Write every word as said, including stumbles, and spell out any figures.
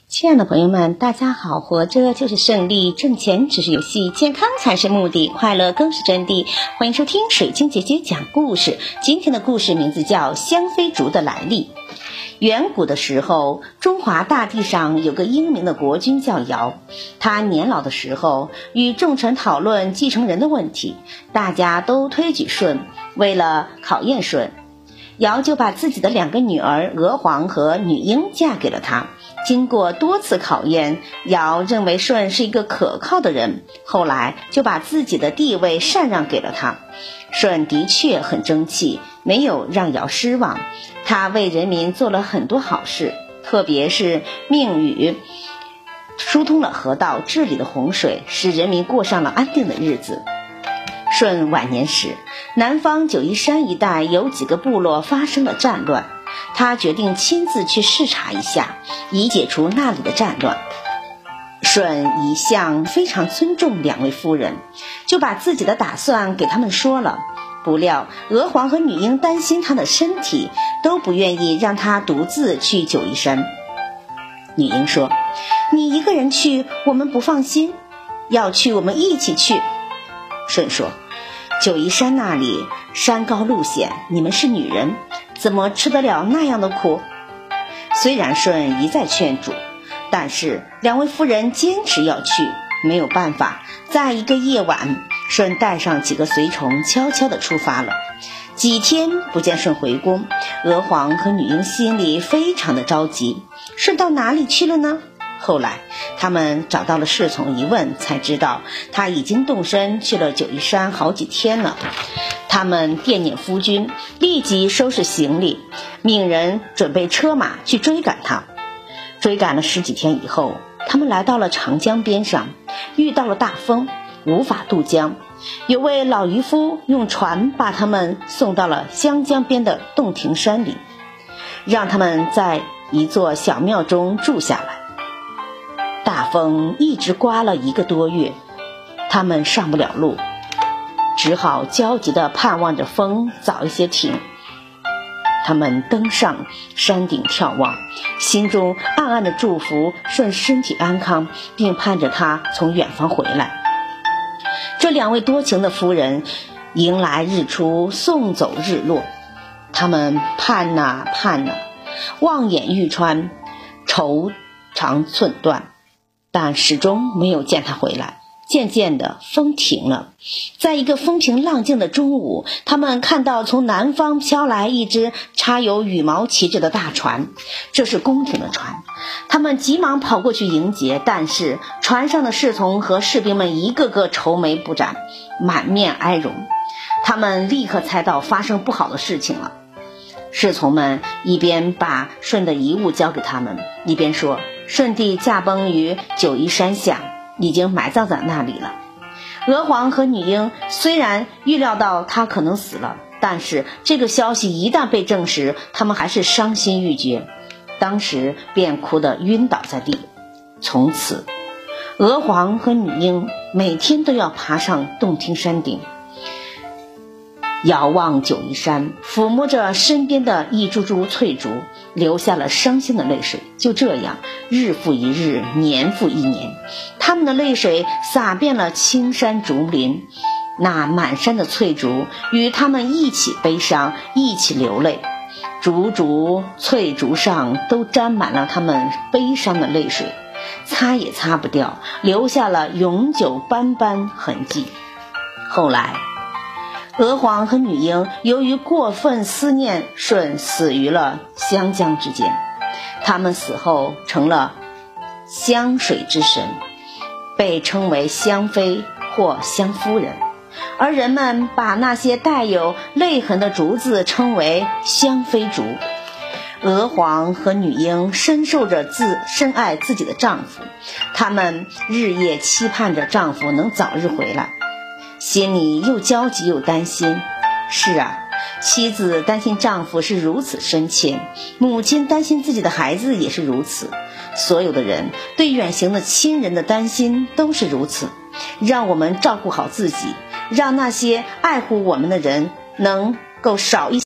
亲爱的朋友们，大家好，活着就是胜利，挣钱只是游戏，健康才是目的，快乐更是真谛。欢迎收听水晶姐姐讲故事。今天的故事名字叫香妃竹的来历。远古的时候，中华大地上有个英明的国君叫尧，他年老的时候与众臣讨论继承人的问题，大家都推举舜。为了考验舜，尧就把自己的两个女儿娥皇和女英嫁给了他。经过多次考验，尧认为舜是一个可靠的人，后来就把自己的地位禅让给了他。舜的确很争气，没有让尧失望，他为人民做了很多好事，特别是命雨，疏通了河道，治理了洪水，使人民过上了安定的日子。舜晚年时，南方九嶷山一带有几个部落发生了战乱，他决定亲自去视察一下，以解除那里的战乱。舜一向非常尊重两位夫人，就把自己的打算给他们说了。不料娥皇和女英担心他的身体，都不愿意让他独自去九嶷山。女英说：你一个人去我们不放心，要去我们一起去。舜说：九嶷山那里山高路险，你们是女人，怎么吃得了那样的苦？虽然舜一再劝阻，但是两位夫人坚持要去，没有办法，在一个夜晚，舜带上几个随从悄悄地出发了。几天不见舜回宫，娥皇和女英心里非常的着急，舜到哪里去了呢？后来他们找到了侍从一问，才知道他已经动身去了九嶷山好几天了。他们惦念夫君，立即收拾行李，命人准备车马去追赶他。追赶了十几天以后，他们来到了长江边上，遇到了大风，无法渡江。有位老渔夫用船把他们送到了湘江边的洞庭山里，让他们在一座小庙中住下来。大风一直刮了一个多月，他们上不了路，只好焦急地盼望着风早一些停。他们登上山顶眺望，心中暗暗地祝福舜身体安康，并盼着他从远方回来。这两位多情的夫人迎来日出，送走日落，他们盼呐盼呐，望眼欲穿，愁肠寸断，但始终没有见他回来。渐渐的风停了，在一个风平浪静的中午，他们看到从南方飘来一只插有羽毛旗帜的大船，这是宫廷的船。他们急忙跑过去迎接，但是船上的侍从和士兵们一个个愁眉不展，满面哀容。他们立刻猜到发生不好的事情了。侍从们一边把舜的遗物交给他们，一边说：舜帝驾崩于九嶷山下，已经埋葬在那里了。娥皇和女英虽然预料到他可能死了，但是这个消息一旦被证实，他们还是伤心欲绝，当时便哭得晕倒在地。从此娥皇和女英每天都要爬上洞庭山顶，遥望九嶷山，抚摸着身边的一株株翠竹，流下了伤心的泪水。就这样，日复一日，年复一年，他们的泪水洒遍了青山竹林，那满山的翠竹与他们一起悲伤，一起流泪，竹竹翠竹上都沾满了他们悲伤的泪水，擦也擦不掉，留下了永久斑斑痕迹。后来娥皇和女英由于过分思念舜，死于了湘江之间。他们死后成了湘水之神，被称为湘妃或湘夫人，而人们把那些带有泪痕的竹子称为湘妃竹。娥皇和女英深受着自深爱自己的丈夫，她们日夜期盼着丈夫能早日回来，心里又焦急又担心。是啊，妻子担心丈夫是如此深切，母亲担心自己的孩子也是如此，所有的人对远行的亲人的担心都是如此。让我们照顾好自己，让那些爱护我们的人能够少一些